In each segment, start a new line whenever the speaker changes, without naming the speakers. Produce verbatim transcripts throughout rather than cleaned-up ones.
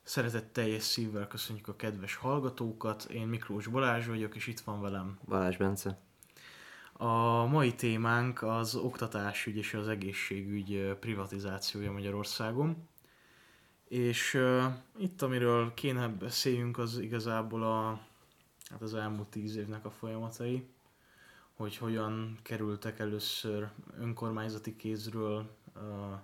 Szeretetteljes szívvel köszönjük a kedves hallgatókat. Én Miklós Balázs vagyok, és itt van velem
Balázs Bence.
A mai témánk az oktatásügy és az egészségügy privatizációja Magyarországon. És uh, itt, amiről kéne beszéljünk, az igazából a, hát az elmúlt tíz évnek a folyamatai, hogy hogyan kerültek először önkormányzati kézről uh,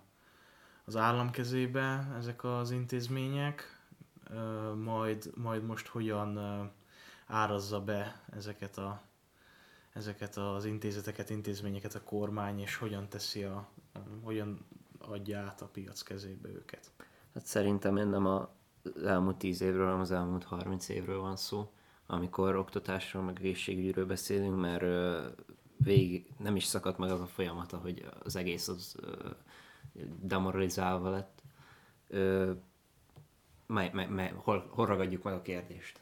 az állam kezébe ezek az intézmények, uh, majd, majd most hogyan uh, árazza be ezeket, a, ezeket az intézeteket, intézményeket a kormány, és hogyan teszi a, hogyan adja át a piac kezébe őket.
Hát szerintem én nem az elmúlt tíz évről, hanem az elmúlt harminc évről van szó, amikor oktatásról, meg egészségügyről beszélünk, mert uh, végig nem is szakadt meg az a folyamata, hogy az egész az uh, demoralizálva lett. Uh, mely, mely, mely, hol, hol ragadjuk meg a kérdést?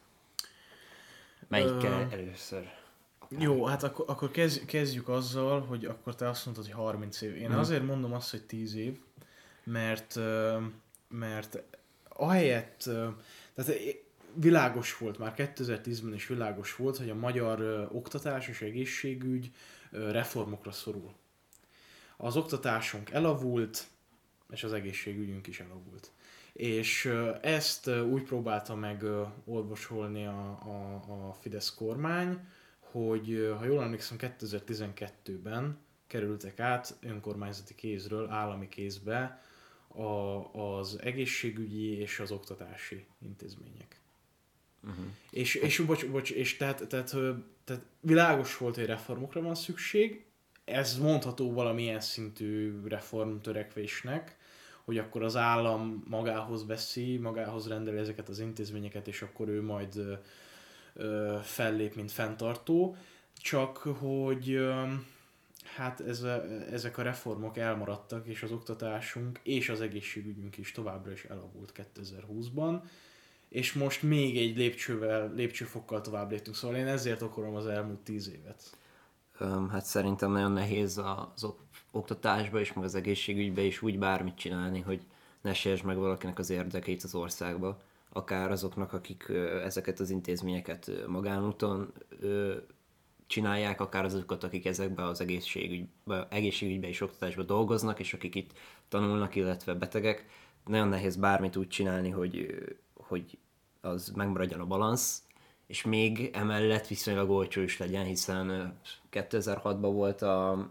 Melyikkel uh, először?
Akár. Jó, hát akkor, akkor kezd, kezdjük azzal, hogy akkor te azt mondtad, hogy harminc év. Én hmm. azért mondom azt, hogy tíz év, mert, mert ahelyett, tehát világos volt, már kétezer-tízben is világos volt, hogy a magyar oktatás és egészségügy reformokra szorul. Az oktatásunk elavult, és az egészségügyünk is elavult. És ezt úgy próbálta meg orvosolni a, a, a Fidesz kormány, hogy ha jól emlékszem, kétezer-tizenkettőben kerültek át önkormányzati kézről állami kézbe a, az egészségügyi és az oktatási intézmények. Uh-huh. És, és, bocs, bocs, és tehát, tehát, tehát világos volt, hogy reformokra van szükség, ez mondható valamilyen szintű reformtörekvésnek, hogy akkor az állam magához veszi, magához rendeli ezeket az intézményeket, és akkor ő majd ö, ö, fellép, mint fenntartó. Csak hogy ö, hát ez a, ezek a reformok elmaradtak, és az oktatásunk és az egészségügyünk is továbbra is elavult kétezer-húszban, és most még egy lépcsővel, lépcsőfokkal tovább léptünk, szóval én ezért akarom az elmúlt tíz évet.
Um, hát szerintem nagyon nehéz az oktatásba és meg az egészségügybe is úgy bármit csinálni, hogy ne sértsd meg valakinek az érdekeit az országba. Akár azoknak, akik ö, ezeket az intézményeket ö, magánúton ö, csinálják, akár azokat, akik ezekben az egészségügybe, egészségügybe és oktatásba dolgoznak, és akik itt tanulnak, illetve betegek. Nagyon nehéz bármit úgy csinálni, hogy, hogy az megmaradjon a balansz, és még emellett viszonylag olcsó is legyen, hiszen kétezer-hatban volt a,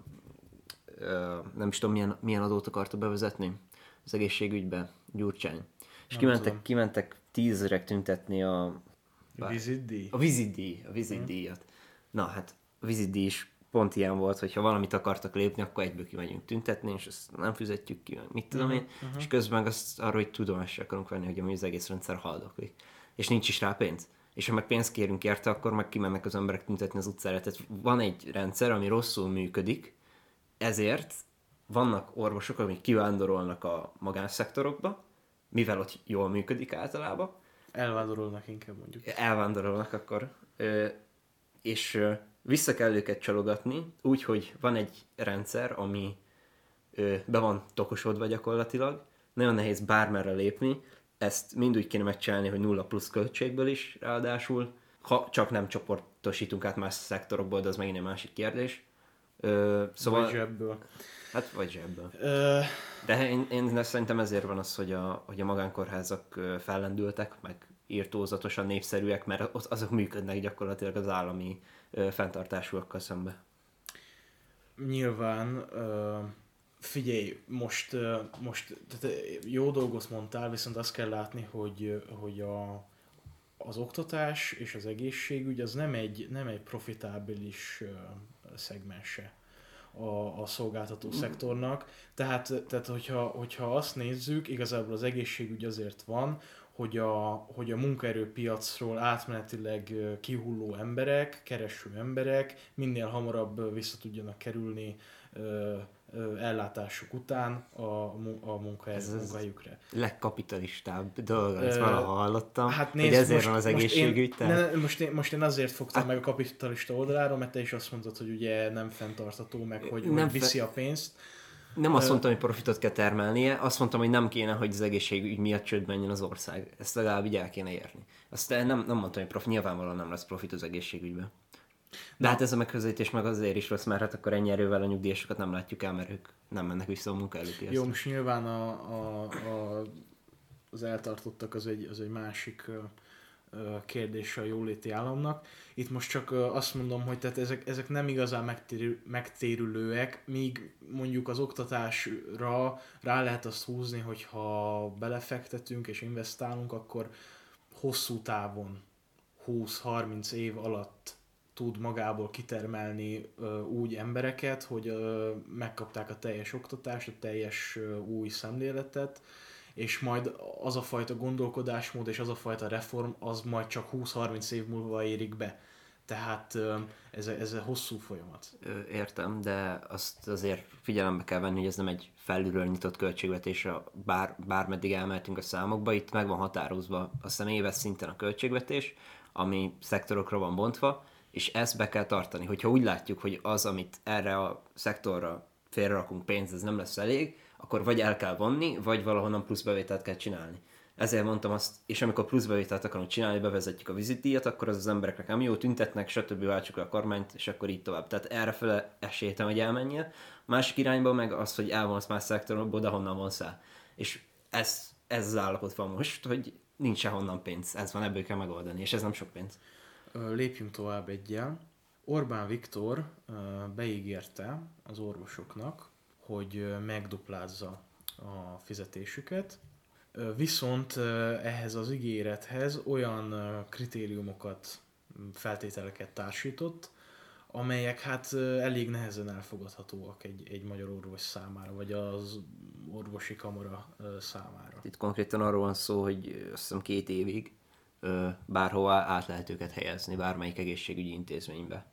nem is tudom milyen, milyen adót akarta bevezetni az egészségügybe, Gyurcsány. És kimentek, kimentek tízezrek tüntetni a...
A vizitdíj?
A vizitdíj, a vizitdíjat. Na hát a vizitdíj is pont ilyen volt, hogy ha valamit akartak lépni, akkor egyből kimegyünk tüntetni, és azt nem fizetjük ki, mit tudom én, uh-huh. és közben azt arról, hogy tudomást akarunk venni, hogy az egész rendszer haldoklik. És nincs is rá pénz. És ha meg pénzt kérünk érte, akkor meg kimennek az emberek tüntetni az utcára. Tehát van egy rendszer, ami rosszul működik, ezért vannak orvosok, amik kivándorolnak a magánszektorokba, mivel ott jól működik általában.
Elvándorolnak inkább mondjuk.
Elvándorolnak akkor. És vissza kell őket csalogatni, úgyhogy van egy rendszer, ami be van tokosodva gyakorlatilag. Nagyon nehéz bármerre lépni. Ezt mind úgy kéne megcsinálni, hogy nulla plusz költségből is ráadásul, ha csak nem csoportosítunk át más szektorokból, de az megint egy másik kérdés. Ö, szóval,
vagy zsebből.
Hát vagy zsebből.
Ö...
De én, én szerintem ezért van az, hogy a, hogy a magánkórházak fellendültek, meg írtózatosan népszerűek, mert azok működnek gyakorlatilag az állami ö, fenntartásúakkal szemben.
Nyilván... Ö... Figyelj, most, most tehát jó dolgot mondtál, viszont azt kell látni, hogy, hogy a, az oktatás és az egészségügy az nem egy, nem egy profitábilis szegmense a, a szolgáltató szektornak. Tehát, tehát hogyha, hogyha azt nézzük, igazából az egészségügy azért van, hogy a, hogy a munkaerőpiacról átmenetileg kihulló emberek, kereső emberek minél hamarabb vissza tudjanak kerülni ellátásuk után a, a munkahelyükre.
Legkapitalistább dolog, ezt valaha hallottam,
hát nézd,
hogy ezért
most,
van az
most
egészségügy.
Én, tehát... ne, most, én, most én azért fogtam hát, meg a kapitalista oldaláról, mert te is azt mondtad, hogy ugye nem fenntartható, meg hogy, hogy viszi fe... a pénzt.
Nem azt mondtam, hogy profitot kell termelnie, azt mondtam, hogy nem kéne, hogy az egészségügy miatt csődbe menjen az ország. Ezt legalább így el kéne érni. Azt nem, nem mondtam, hogy profit, nyilvánvalóan nem lesz profit az egészségügyben. De Na. hát ez a megközelítés meg azért is rossz, mert hát akkor ennyi erővel a nyugdíjasokat nem látjuk el, mert ők nem mennek vissza a munkaerőpiacra.
Jó, most nyilván a, a, a, az eltartottak az egy, az egy másik kérdése a jóléti államnak. Itt most csak azt mondom, hogy tehát ezek, ezek nem igazán megtérül, megtérülőek, míg mondjuk az oktatásra rá lehet azt húzni, hogy ha belefektetünk és investálunk, akkor hosszú távon, húsz-harminc év alatt tud magából kitermelni ö, úgy embereket, hogy ö, megkapták a teljes oktatást, a teljes ö, új szemléletet, és majd az a fajta gondolkodásmód és az a fajta reform, az majd csak húsz-harminc év múlva érik be. Tehát ez, ez egy hosszú folyamat.
Értem, de azt azért figyelembe kell venni, hogy ez nem egy felülről nyitott költségvetés, bár, bármeddig elmehetünk a számokba, itt meg van határozva azt hiszem éves szinten a költségvetés, ami szektorokra van bontva, és ezt be kell tartani. Hogyha úgy látjuk, hogy az, amit erre a szektorra félrerakunk pénzt, ez nem lesz elég, akkor vagy el kell vonni, vagy valahonnan plusz bevételt kell csinálni. Ezért mondtam azt, és amikor plusz bevételt akarunk csinálni, bevezetjük a vizitdíjat, akkor az az embereknek nem jó, tüntetnek, stb. Váltsuk le a kormányt, és akkor így tovább. Tehát errefele esélytem, hogy elmenjél. A másik irányba meg az, hogy elvonsz más szektorokból, de honnan vonsz el. És ez, ez az állapot van most, hogy nincs sehonnan pénz. Ez van, ebből kell megoldani, és ez nem sok pénz.
Lépjünk tovább egyel. Orbán Viktor beígérte az orvosoknak, hogy megduplázza a fizetésüket, viszont ehhez az ígérethez olyan kritériumokat, feltételeket társított, amelyek hát elég nehezen elfogadhatóak egy, egy magyar orvos számára, vagy az orvosi kamara számára.
Itt konkrétan arról van szó, hogy azt hiszem két évig bárhova át lehet őket helyezni, bármelyik egészségügyi intézménybe.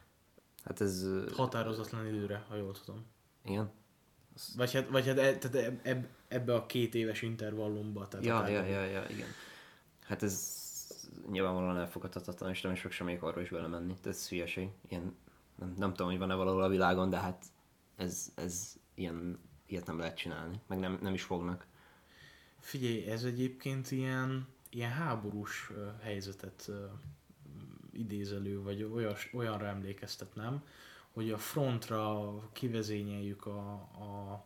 Hát ez...
Határozatlan időre, ha jól tudom.
Igen.
Vagy hát, vagy hát e, tehát eb, ebbe a két éves intervallumba. Tehát
ja, ja, ja, ja, igen. Hát ez nyilvánvalóan elfogadhatatlan, és nem is fog semmelyik arról is belemenni. Ez hülyeség. Ilyen, nem, nem tudom, hogy van-e valahol a világon, de hát ez, ez ilyen, ilyet nem lehet csinálni. Meg nem, nem is fognak.
Figyelj, ez egyébként ilyen, ilyen háborús uh, helyzetet uh, idézelő, vagy olyas, olyanra emlékeztet, nem? Hogy a frontra kivezényeljük a, a,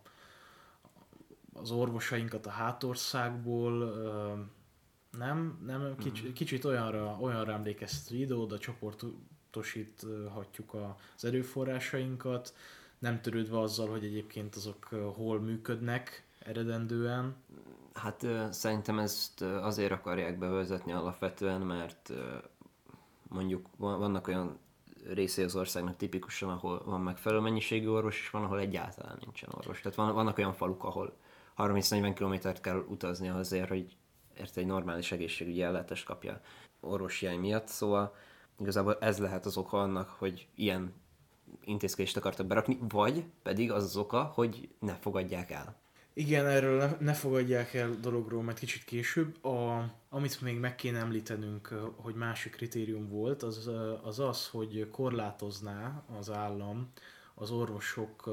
az orvosainkat a hátországból, nem, nem kicsit, kicsit olyanra, olyanra emlékeztet, hogy ide-oda csoportosíthatjuk az erőforrásainkat, nem törődve azzal, hogy egyébként azok hol működnek eredendően.
Hát szerintem ezt azért akarják bevezetni alapvetően, mert mondjuk vannak olyan részei az országnak tipikusan, ahol van megfelelő mennyiségű orvos, és van, ahol egyáltalán nincsen orvos. Tehát van, vannak olyan faluk, ahol harminc-negyven kilométert kell utazni azért, hogy érte egy normális egészségügyi ellátást kapja orvoshiány miatt. Szóval igazából ez lehet az oka annak, hogy ilyen intézkedést akartak berakni, vagy pedig az az oka, hogy ne fogadják el.
Igen, erről ne, ne fogadják el dologról, mert kicsit később. A, amit még meg kéne említenünk, hogy másik kritérium volt, az az, az hogy korlátozná az állam az orvosok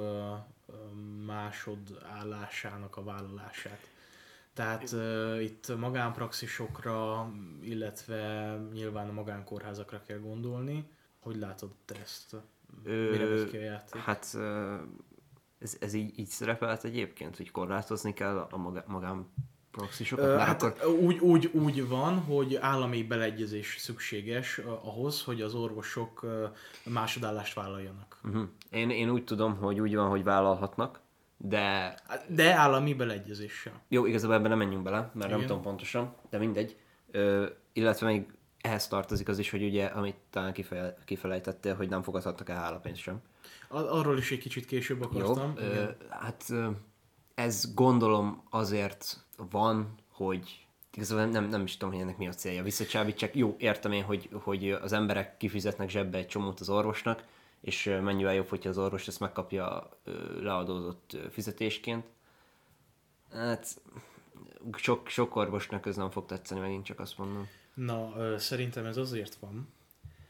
másodállásának a vállalását. Tehát uh, itt magánpraxisokra, illetve nyilván a magánkórházakra kell gondolni. Hogy látod te ezt?
Ö,
Mire megy ki a játék?
Hát... Uh... Ez, ez így, így szerepelt egyébként, hogy korlátozni kell a maga, magánpraxisokat?
Ö, hát
akkor...
úgy, úgy, úgy van, hogy állami beleegyezés szükséges ahhoz, hogy az orvosok másodállást vállaljanak.
Uh-huh. Én, én úgy tudom, hogy úgy van, hogy vállalhatnak, de...
De állami beleegyezéssel.
Jó, igazából ebben nem menjünk bele, mert Igen. nem tudom pontosan, de mindegy. Ö, illetve még ehhez tartozik az is, hogy ugye, amit talán kifele, kifelejtettél, hogy nem fogadhatnak el hálapénzt sem.
Arról is egy kicsit később akartam.
Jó, ö, hát ez gondolom azért van, hogy igazából nem, nem is tudom, hogy ennek mi a célja. Visszacsábítsák. Jó, értem én, hogy, hogy az emberek kifizetnek zsebbe egy csomót az orvosnak, és mennyivel jobb, hogyha az orvos ezt megkapja leadózott fizetésként. Hát sok, sok orvosnak ez nem fog tetszeni, megint csak azt mondom.
Na, szerintem ez azért van,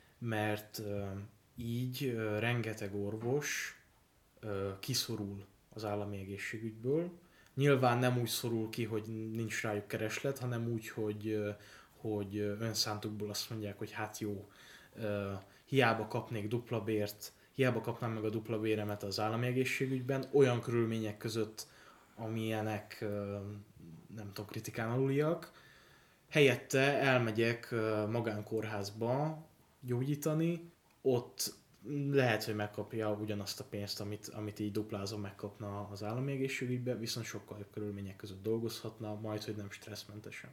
mert így rengeteg orvos kiszorul az az állami egészségügyből. Nyilván nem úgy szorul ki, hogy nincs rájuk kereslet, hanem úgy, hogy, hogy önszántukból azt mondják, hogy hát jó, hiába kapnék dupla bért, hiába kapnám meg a dupla béremet az állami egészségügyben, olyan körülmények között, amilyenek nem tudom, kritikán aluliak, helyette elmegyek magánkórházba gyógyítani, ott lehet, hogy megkapja ugyanazt a pénzt, amit, amit így duplázom megkapna az állami egészségügybe, viszont sokkal jobb körülmények között dolgozhatna, majd, hogy nem stresszmentesen.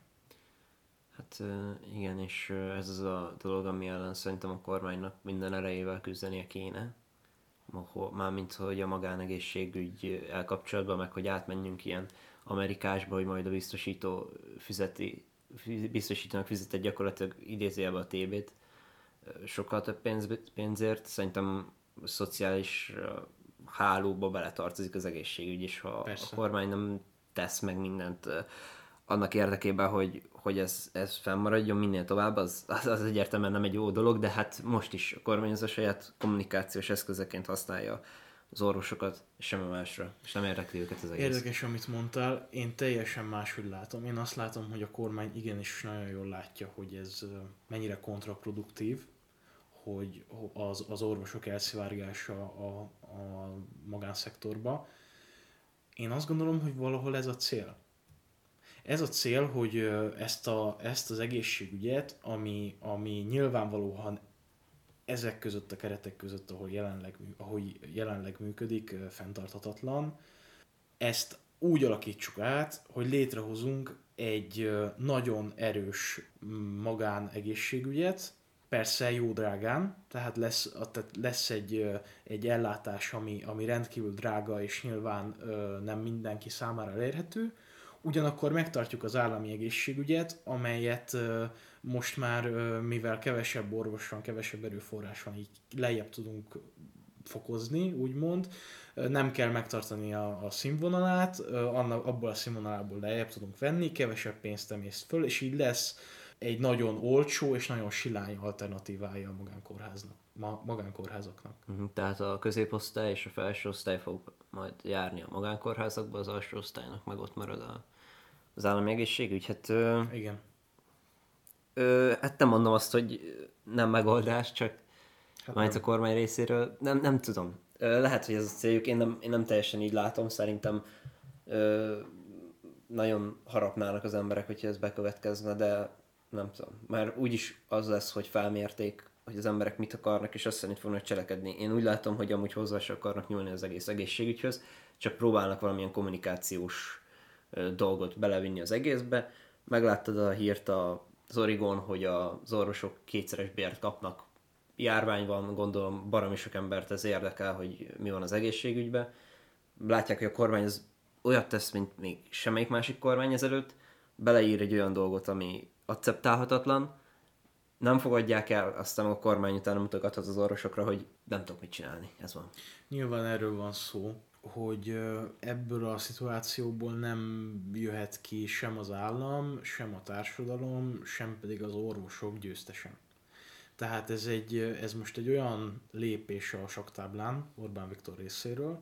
Hát igen, és ez az a dolog, ami ellen szerintem a kormánynak minden erejével küzdenie kéne. Mármint, hogy a magánegészségügy elkapcsolatban, meg hogy átmenjünk ilyen Amerikásba, hogy majd a biztosító fizeti, biztosítónak fizetett gyakorlatilag idézőjelben a té bét sokkal több pénz, pénzért. Szerintem a szociális hálóba beletartozik az egészségügy, és ha Persze. a kormány nem tesz meg mindent annak érdekében, hogy, hogy ez, ez fennmaradjon minél tovább, az, az, az egyértelműen nem egy jó dolog, de hát most is a kormány az a saját kommunikációs eszközeként használja az orvosokat, és semmi másra, és nem érdekli őket az egész.
Érdekes, amit mondtál, én teljesen máshogy látom. Én azt látom, hogy a kormány igenis nagyon jól látja, hogy ez mennyire kontraproduktív, hogy az, az orvosok elszivárgása a, a magánszektorba. Én azt gondolom, hogy valahol ez a cél. Ez a cél, hogy ezt, a, ezt az egészségügyet, ami, ami nyilvánvalóan ezek között a keretek között, ahol jelenleg, ahogy jelenleg működik, fenntarthatatlan, ezt úgy alakítsuk át, hogy létrehozunk egy nagyon erős magánegészségügyet, persze jó drágán, tehát lesz, tehát lesz egy, egy ellátás, ami, ami rendkívül drága, és nyilván nem mindenki számára elérhető. Ugyanakkor megtartjuk az állami egészségügyet, amelyet most már, mivel kevesebb orvos van, kevesebb erőforrás van, így lejjebb tudunk fokozni, úgymond. Nem kell megtartani a, a színvonalát, annak, abból a színvonalából lejjebb tudunk venni, kevesebb pénzt emészt föl, és így lesz egy nagyon olcsó és nagyon silány alternatívája a magánkórháznak, ma, magánkórházaknak.
Tehát a középosztály és a felső osztály fog majd járni a magánkórházakba, az alsó osztálynak meg ott marad a, az állami egészségügy. Hát, ö,
Igen.
Ö, hát nem mondom azt, hogy nem megoldás, csak hát majd nem. A kormány részéről, nem, nem tudom. Ö, lehet, hogy ez a céljuk, én nem, én nem teljesen így látom, szerintem ö, nagyon harapnának az emberek, hogyha ez bekövetkezne, de nem tudom. Már úgyis az lesz, hogy felmérték, hogy az emberek mit akarnak, és azt szerint fognak cselekedni. Én úgy látom, hogy amúgy hozzá se akarnak nyúlni az egész egészségügyhöz, csak próbálnak valamilyen kommunikációs ö, dolgot belevinni az egészbe. Megláttad a hírt az Oregon, hogy az orvosok kétszeres bért kapnak. Járvány van, gondolom baromi sok embert ez érdekel, hogy mi van az egészségügyben. Látják, hogy a kormány az olyat tesz, mint még semmelyik másik kormány ezelőtt, beleír egy olyan dolgot, ami akceptálhatatlan, nem fogadják el, aztán a kormány utána mutogathat az orvosokra, hogy nem tudok mit csinálni. Ez van.
Nyilván erről van szó, hogy ebből a szituációból nem jöhet ki sem az állam, sem a társadalom, sem pedig az orvosok győztesen. Tehát ez, egy, ez most egy olyan lépés a sakktáblán Orbán Viktor részéről,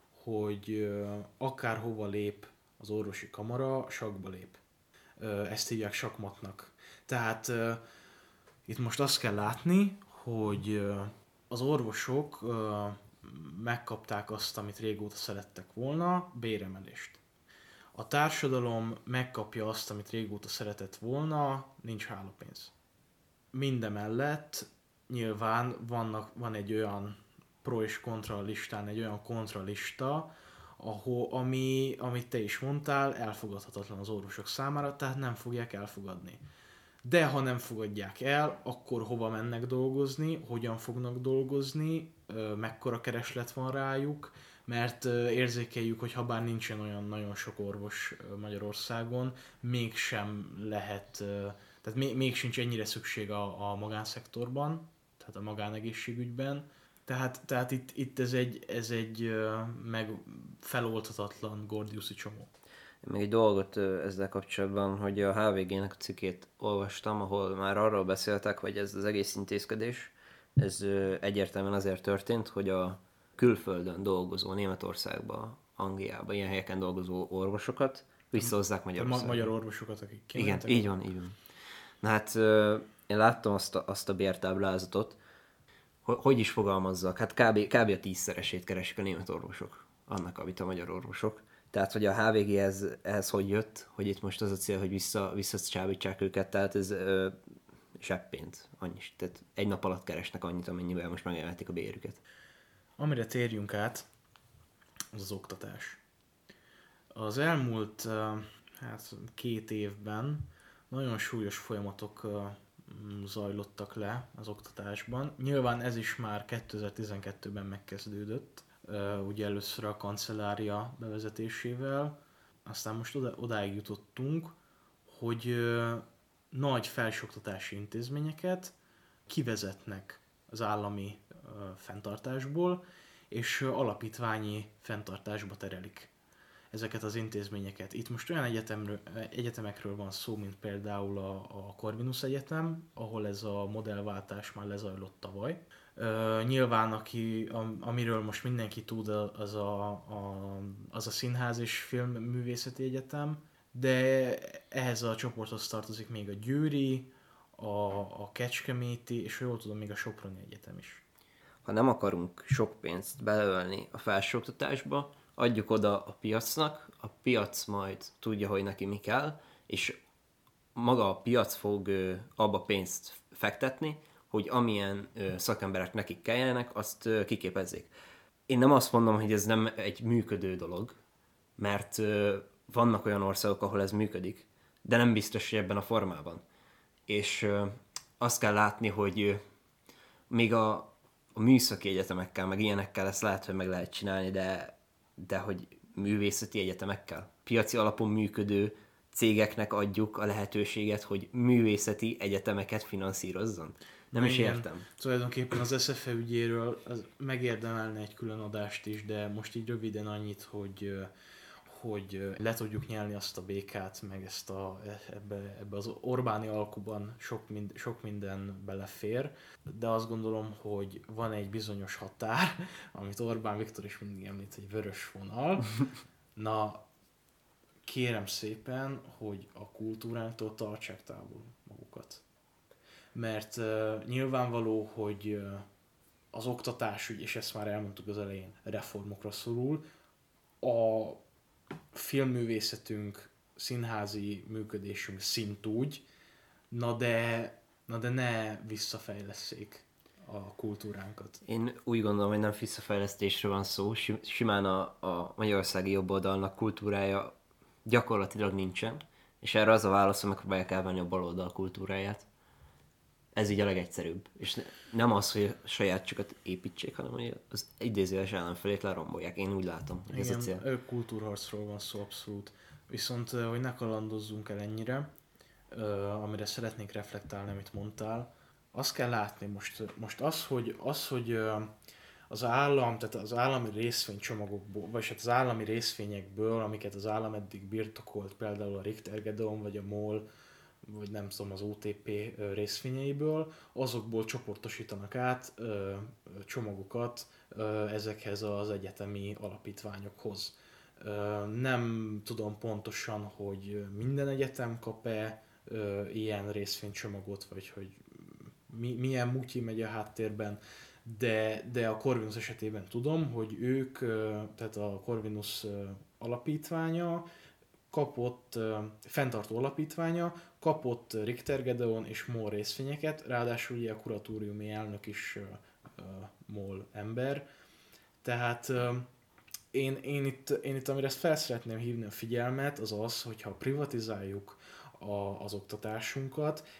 hogy akárhova lép az orvosi kamara, sakkba lép. Ezt hívják sakkmatnak. Tehát itt most azt kell látni, hogy az orvosok megkapták azt, amit régóta szerettek volna, béremelést. A társadalom megkapja azt, amit régóta szeretett volna, nincs hálópénz. Mindemellett nyilván vannak, van egy olyan pro és kontra listán, egy olyan kontralista, ahol, ami, amit te is mondtál, elfogadhatatlan az orvosok számára, tehát nem fogják elfogadni. De ha nem fogadják el, akkor hova mennek dolgozni, hogyan fognak dolgozni, mekkora kereslet van rájuk, mert érzékeljük, hogy ha bár nincsen olyan nagyon sok orvos Magyarországon, mégsem lehet, tehát még, még sincs ennyire szükség a, a magánszektorban, tehát a magánegészségügyben. Tehát, tehát itt, itt ez egy, ez egy meg feloldhatatlan gordiuszi csomó.
Még egy dolgot ezzel kapcsolatban, hogy a há vé gének a cikkét olvastam, ahol már arról beszéltek, hogy ez az egész intézkedés, ez egyértelműen azért történt, hogy a külföldön dolgozó Németországban Angliában ilyen helyeken dolgozó orvosokat visszahozzák Magyarországra.
Ma- magyar orvosokat, akik
Igen,
kimentek.
így van, így van. Na hát én láttam azt a, azt a bértáblázatot, hogy, hogy is fogalmazzak, hát kb. kb. A tízszeresét keresik a német orvosok, annak, amit a magyar orvosok. Tehát, hogy a há vé géhez ehhez hogy jött, hogy itt most az a cél, hogy vissza, visszacsábítsák őket, tehát ez ö, zseppénzt, annyi. Tehát egy nap alatt keresnek annyit, amennyivel most megemelték a bérüket.
Amire térjünk át, az az oktatás. Az elmúlt uh, hát két évben nagyon súlyos folyamatok uh, zajlottak le az oktatásban. Nyilván ez is már kétezer-tizenkettőben megkezdődött, uh, ugye először a kancellária bevezetésével, aztán most oda, odáig jutottunk, hogy uh, nagy felsőoktatási intézményeket kivezetnek az állami uh, fenntartásból, és uh, alapítványi fenntartásba terelik ezeket az intézményeket. Itt most olyan egyetemről, egyetemekről van szó, mint például a, a Corvinus Egyetem, ahol ez a modellváltás már lezajlott tavaly. Uh, nyilván, aki, am, amiről most mindenki tud, az a, a, az a Színház és Filmművészeti Egyetem, de ehhez a csoporthoz tartozik még a Győri, a, a Kecskeméti, és jól tudom, még a Soproni Egyetem is.
Ha nem akarunk sok pénzt beleölni a felsőoktatásba, adjuk oda a piacnak, a piac majd tudja, hogy neki mi kell, és maga a piac fog ö, abba pénzt fektetni, hogy amilyen ö, szakemberek nekik kelljenek, azt ö, kiképezzék. Én nem azt mondom, hogy ez nem egy működő dolog, mert ö, vannak olyan országok, ahol ez működik, de nem biztos, hogy ebben a formában. És ö, azt kell látni, hogy ö, még a, a műszaki egyetemekkel, meg ilyenekkel ezt lehet, hogy meg lehet csinálni, de de hogy művészeti egyetemekkel, piaci alapon működő cégeknek adjuk a lehetőséget, hogy művészeti egyetemeket finanszírozzon. Nem is
Igen.
értem.
Tulajdonképpen az es ef e ügyéről az megérdemelne egy külön adást is, de most így röviden annyit, hogy, hogy le tudjuk nyelni azt a békát, meg ezt a, ebbe, ebbe az Orbáni alkuban sok, mind, sok minden belefér, de azt gondolom, hogy van egy bizonyos határ, amit Orbán Viktor is mindig említ, egy vörös vonal. Na, kérem szépen, hogy a kultúránktól tartsák távol magukat. Mert uh, nyilvánvaló, hogy uh, az oktatásügy, és ezt már elmondtuk az elején, reformokra szorul. A filmművészetünk, színházi működésünk szintúgy, na de, na de ne visszafejlesszék a kultúránkat.
Én úgy gondolom, hogy nem visszafejlesztésről van szó, simán a, a magyarországi jobboldalnak kultúrája gyakorlatilag nincsen, és erre az a válasz, hogy megpróbálják elvenni a baloldal kultúráját. Ez így a legegyszerűbb. És ne, nem az, hogy a sajátjukat építsék, hanem hogy az idézőes ellenfelét lerombolják. Én úgy látom, hogy
igen,
ez a cél.
Igen, kultúrharcról van szó abszolút. Viszont, hogy ne kalandozzunk el ennyire, amire szeretnék reflektálni, amit mondtál, azt kell látni most, most az, hogy, az, hogy az állam, tehát az állami részvénycsomagokból, vagy hát az állami részvényekből, amiket az állam eddig birtokolt, például a Richter Gedeon, vagy a MOL, vagy nem tudom, az o té pé részvényeiből, azokból csoportosítanak át ö, csomagokat ö, ezekhez az egyetemi alapítványokhoz. Ö, nem tudom pontosan, hogy minden egyetem kap-e ö, ilyen részvénycsomagot, vagy hogy mi, milyen mutyi megy a háttérben, de, de a Corvinus esetében tudom, hogy ők, ö, tehát a Corvinus ö, alapítványa, kapott, fenntartó alapítványa, kapott Richter Gedeon és MOL részvényeket, ráadásul ugye a kuratóriumi elnök is uh, MOL ember. Tehát uh, én, én, itt, én itt, amire ezt fel szeretném hívni a figyelmet, az az, hogyha privatizáljuk a, az oktatásunkat,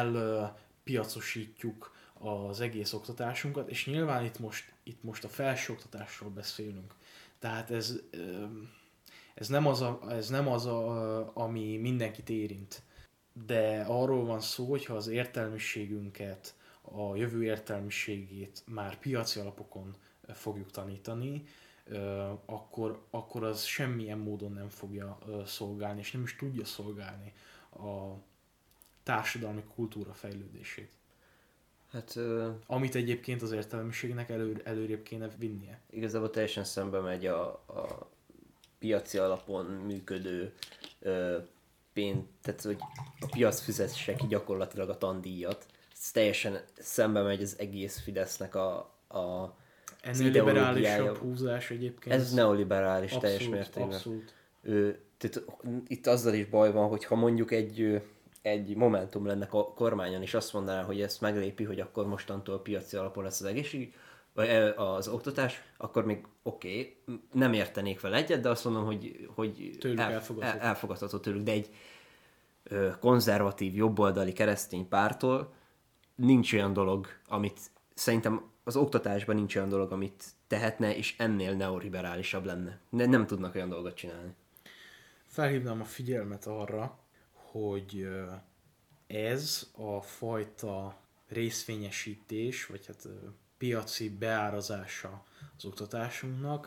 elpiacosítjuk az egész oktatásunkat, és nyilván itt most, itt most a felsőoktatásról beszélünk. Tehát ez... Uh, Ez nem az, a, ez nem az a, ami mindenkit érint. De arról van szó, hogyha az értelmiségünket, a jövő értelmiségét már piaci alapokon fogjuk tanítani, akkor, akkor az semmilyen módon nem fogja szolgálni, és nem is tudja szolgálni a társadalmi kultúra fejlődését.
Hát, uh,
Amit egyébként az értelmiségnek elő, előrébb kéne vinnie.
Igazából teljesen szembe megy a, a piaci alapon működő ö, pénz, tehát hogy a piac fizesse ki gyakorlatilag a tandíjat. Ez teljesen szembe megy az egész Fidesznek a, a
ennél liberálisabb húzás egyébként.
Ez neoliberális
abszolút,
teljes mértékben.
Abszolút.
Ő, tehát, itt azzal is baj van, hogy ha mondjuk egy, egy Momentum lenne a kormányon, és azt mondaná, hogy ezt meglépi, hogy akkor mostantól piaci alapon lesz az egészség, vagy az oktatás, akkor még oké, okay, nem értenék vele egyet, de azt mondom, hogy, hogy
el,
elfogadható. elfogadható tőlük, de egy ö, konzervatív, jobboldali keresztény pártól nincs olyan dolog, amit szerintem az oktatásban nincs olyan dolog, amit tehetne, és ennél neoliberálisabb lenne. Ne, nem tudnak olyan dolgot csinálni.
Felhívnám a figyelmet arra, hogy ez a fajta részvényesítés, vagy hát piaci beárazása az oktatásunknak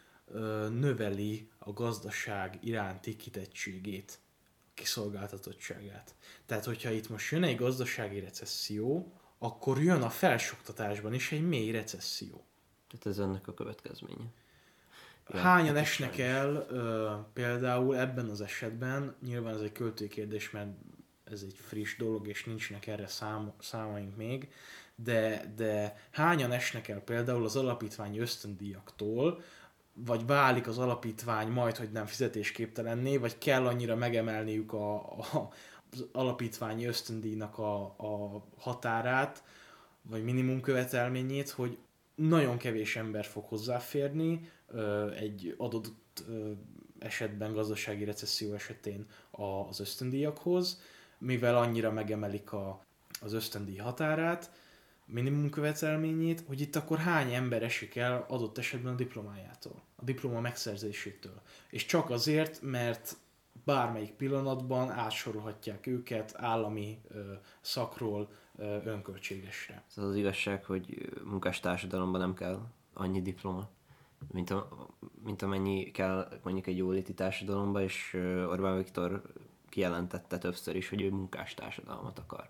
növeli a gazdaság iránti kitettségét, kiszolgáltatottságát. Tehát, hogyha itt most jön egy gazdasági recesszió, akkor jön a felsőoktatásban is egy mély recesszió.
Tehát ez ennek a következménye.
Hányan esnek el ö, például ebben az esetben, nyilván ez egy költőkérdés, mert ez egy friss dolog, és nincsenek erre szám, számaink még, de, de hányan esnek el például az alapítványi ösztöndíjaktól, vagy válik az alapítvány majd, hogy nem fizetésképtelenné, vagy kell annyira megemelniük a, a, az alapítványi ösztöndíjnak a, a határát, vagy minimum követelményét, hogy nagyon kevés ember fog hozzáférni egy adott esetben, gazdasági recesszió esetén az ösztöndíjakhoz, mivel annyira megemelik a, az ösztöndíj határát, minimum követelményét, hogy itt akkor hány ember esik el adott esetben a diplomájától, a diploma megszerzésétől. És csak azért, mert bármelyik pillanatban átsorolhatják őket állami ö, szakról ö, önköltségesre.
Ez az igazság, hogy munkástársadalomban nem kell annyi diploma, mint, a, mint amennyi kell mondjuk egy jóléti társadalomban, és Orbán Viktor kijelentette többször is, hogy ő munkástársadalmat akar.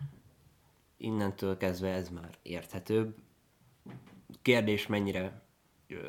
Innentől kezdve ez már érthetőbb. Kérdés, mennyire ö,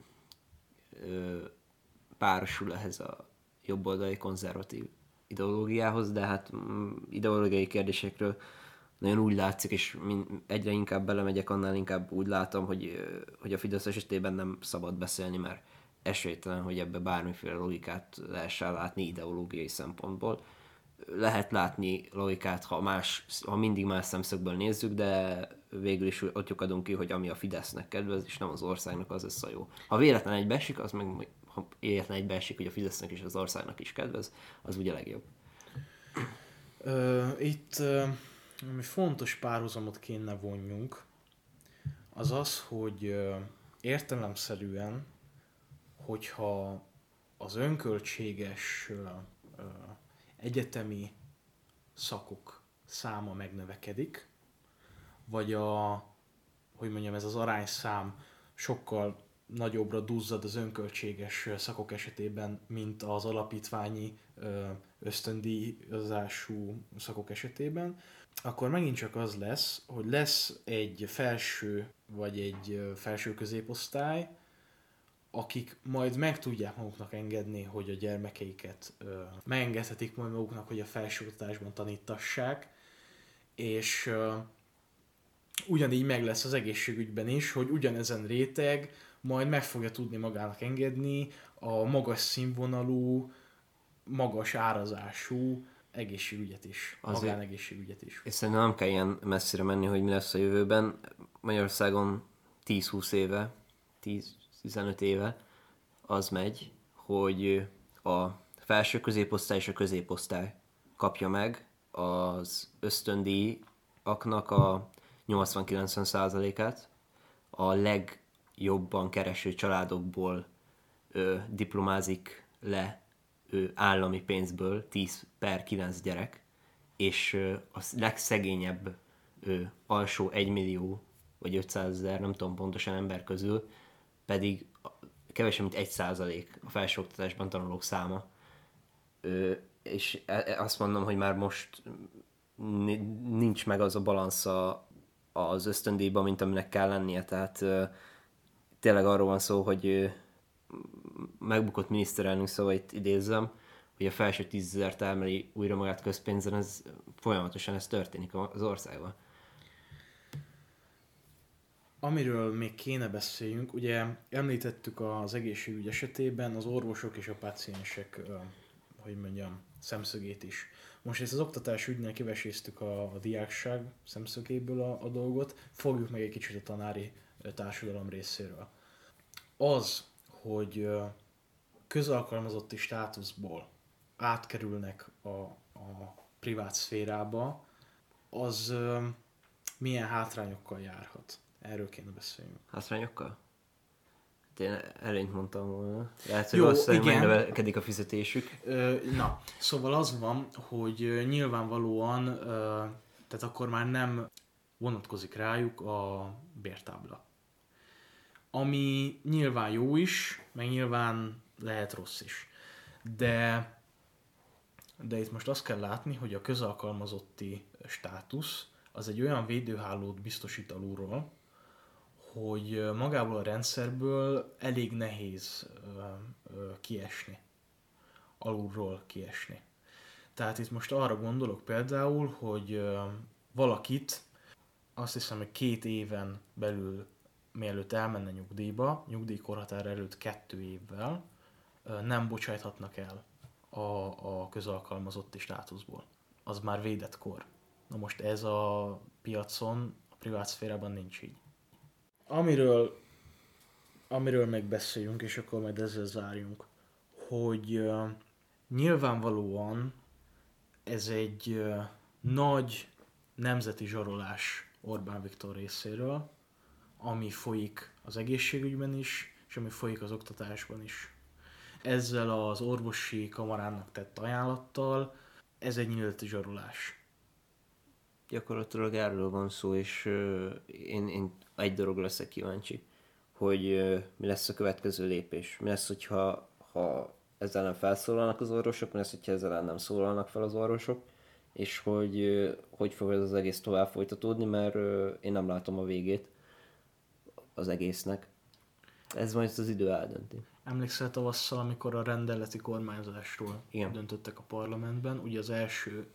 ö, párosul ehhez a jobboldali konzervatív ideológiához, de hát ideológiai kérdésekről nagyon úgy látszik, és egyre inkább belemegyek, annál inkább úgy látom, hogy, hogy a Fidesz esetében nem szabad beszélni, mert esélytelen, hogy ebbe bármiféle logikát lehessen látni ideológiai szempontból. Lehet látni logikát, ha, más, ha mindig más szemszögből nézzük, de végül is ott lyukadunk ki, hogy ami a Fidesznek kedvez, és nem az országnak, az lesz a jó. Ha véletlen egybeesik, az meg ha véletlen egybeesik, hogy a Fidesznek és az országnak is kedvez, az ugye legjobb.
Uh, itt uh, ami fontos párhuzamot kéne vonjunk, az az, hogy uh, értelemszerűen, hogyha az önköltséges uh, uh, egyetemi szakok száma megnövekedik, vagy a, hogy mondjam, ez az arányszám sokkal nagyobbra duzzad az önköltséges szakok esetében, mint az alapítványi ösztöndíjazású szakok esetében, akkor megint csak az lesz, hogy lesz egy felső vagy egy felső középosztály, akik majd meg tudják maguknak engedni, hogy a gyermekeiket ö, megengedhetik majd maguknak, hogy a felsőoktatásban tanítassák, és ö, ugyanígy meg lesz az egészségügyben is, hogy ugyanezen réteg majd meg fogja tudni magának engedni a magas színvonalú, magas árazású egészségügyet is,
azért,
magánegészségügyet is.
És szerintem nem kell ilyen messzire menni, hogy mi lesz a jövőben. Magyarországon tíz-húsz éve, tíz-tizenöt éve az megy, hogy a felső középosztály és a középosztály kapja meg az ösztöndíjaknak a nyolcvan-kilencven százalékát, a legjobban kereső családokból ö, diplomázik le ö, állami pénzből tíz per kilenc gyerek, és ö, a legszegényebb ö, alsó egymillió vagy ötszázezer, nem tudom pontosan ember közül pedig kevesebb, mint egy százalék a felsőoktatásban tanulók száma. Ö, és azt mondom, hogy már most nincs meg az a balansza az ösztöndíjban, mint aminek kell lennie, tehát ö, tényleg arról van szó, hogy ö, megbukott miniszterelnök szavait idézzem, hogy a felső tízezer termeli újra magát közpénzen, ez folyamatosan ez történik az országban.
Amiről még kéne beszéljünk, ugye említettük az egészségügy esetében az orvosok és a páciensek, hogy mondjam, szemszögét is. Most ezt az oktatás ügynél kiveséztük a, a diákság szemszögéből a, a dolgot, fogjuk meg egy kicsit a tanári társadalom részéről. Az, hogy közalkalmazotti státuszból átkerülnek a, a privát szférába, az milyen hátrányokkal járhat? Erről kéne beszéljünk.
Hátrányokkal? Én előnyt mondtam volna. Lehet, hogy
Jó,
valószínűleg
igen.
megnövekedik a fizetésük.
Ö, na, szóval az van, hogy nyilvánvalóan, ö, tehát akkor már nem vonatkozik rájuk a bértábla. Ami nyilván jó is, meg nyilván lehet rossz is. De, de itt most azt kell látni, hogy a közalkalmazotti státusz az egy olyan védőhálót biztosít alulról, hogy magából a rendszerből elég nehéz ö, ö, kiesni. Alulról kiesni. Tehát itt most arra gondolok például, hogy ö, valakit azt hiszem, hogy két éven belül, mielőtt elmenne nyugdíjba, nyugdíjkorhatár előtt kettő évvel ö, nem bocsájthatnak el a, a közalkalmazotti státuszból. Az már védett kor. Na most ez a piacon, a privát szférában nincs így. Amiről, amiről meg beszéljünk, és akkor majd ezzel zárjunk, hogy uh, nyilvánvalóan ez egy uh, nagy nemzeti zsarolás Orbán Viktor részéről, ami folyik az egészségügyben is, és ami folyik az oktatásban is. Ezzel az orvosi kamarának tett ajánlattal ez egy nyílt zsarolás.
Gyakorlatilag erről van szó, és uh, én, én egy dologra leszek kíváncsi, hogy uh, mi lesz a következő lépés. Mi lesz, hogyha ha ezzel nem felszólalnak az orvosok, mi lesz, hogyha ezzel nem szólalnak fel az orvosok, és hogy uh, hogy fog ez az egész tovább folytatódni, mert uh, én nem látom a végét az egésznek. Ez majd az idő eldönti.
Emlékszel tavasszal, amikor a rendeleti kormányzásról
Igen.
döntöttek a parlamentben, ugye az első,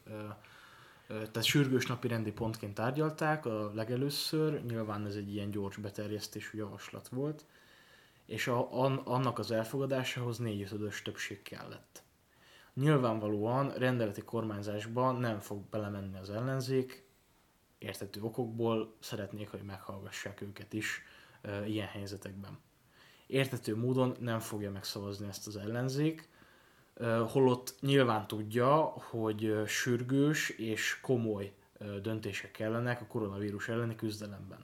tehát sürgős napi rendi pontként tárgyalták a legelőször, nyilván ez egy ilyen gyors beterjesztésű javaslat volt, és a, an, annak az elfogadásához négyötödös többség kellett. Nyilvánvalóan rendeleti kormányzásban nem fog belemenni az ellenzék, érthető okokból szeretnék, hogy meghallgassák őket is e, ilyen helyzetekben. Érthető módon nem fogja megszavazni ezt az ellenzék, holott nyilván tudja, hogy sürgős és komoly döntések kellenek a koronavírus elleni küzdelemben.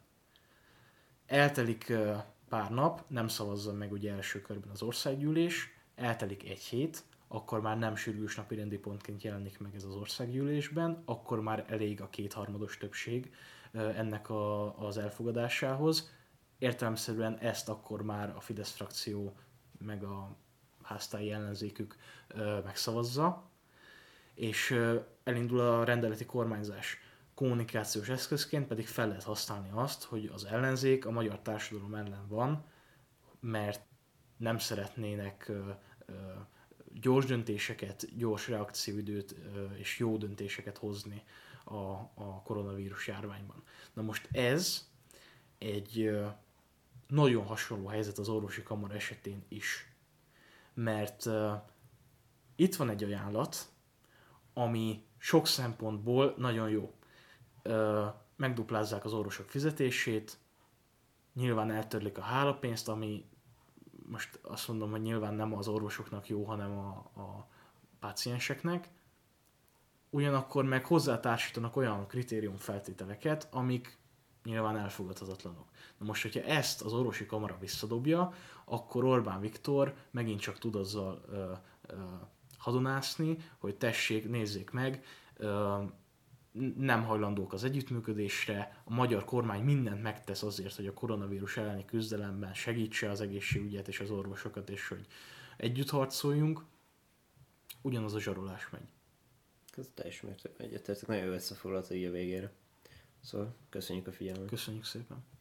Eltelik pár nap, nem szavazza meg ugye első körben az országgyűlés, eltelik egy hét, akkor már nem sürgős napirendi pontként jelenik meg ez az országgyűlésben, akkor már elég a kétharmados többség ennek a, az elfogadásához. Értelemszerűen ezt akkor már a Fidesz frakció meg a háztáji ellenzékük ö, megszavazza, és ö, elindul a rendeleti kormányzás. Kommunikációs eszközként pedig fel lehet használni azt, hogy az ellenzék a magyar társadalom ellen van, mert nem szeretnének ö, ö, gyors döntéseket, gyors reakcióidőt ö, és jó döntéseket hozni a, a koronavírus járványban. Na most ez egy ö, nagyon hasonló helyzet az orvosi kamara esetén is. Mert uh, itt van egy ajánlat, ami sok szempontból nagyon jó. Uh, megduplázzák az orvosok fizetését, nyilván eltörlik a hálapénzt, ami most azt mondom, hogy nyilván nem az orvosoknak jó, hanem a, a pácienseknek. Ugyanakkor meg hozzátársítanak olyan kritériumfeltételeket, amik nyilván elfogadhatatlanok. Na most, hogyha ezt az orvosi kamara visszadobja, akkor Orbán Viktor megint csak tud azzal ö, ö, hadonászni, hogy tessék, nézzék meg, ö, nem hajlandók az együttműködésre, a magyar kormány mindent megtesz azért, hogy a koronavírus elleni küzdelemben segítse az egészségügyet és az orvosokat, és hogy együtt harcoljunk, ugyanaz a zsarolás megy.
Ez teljes mértékben egyetértek, nagyon jó összefoglalta így a végére. Szóval köszönjük a figyelmet.
Köszönjük szépen.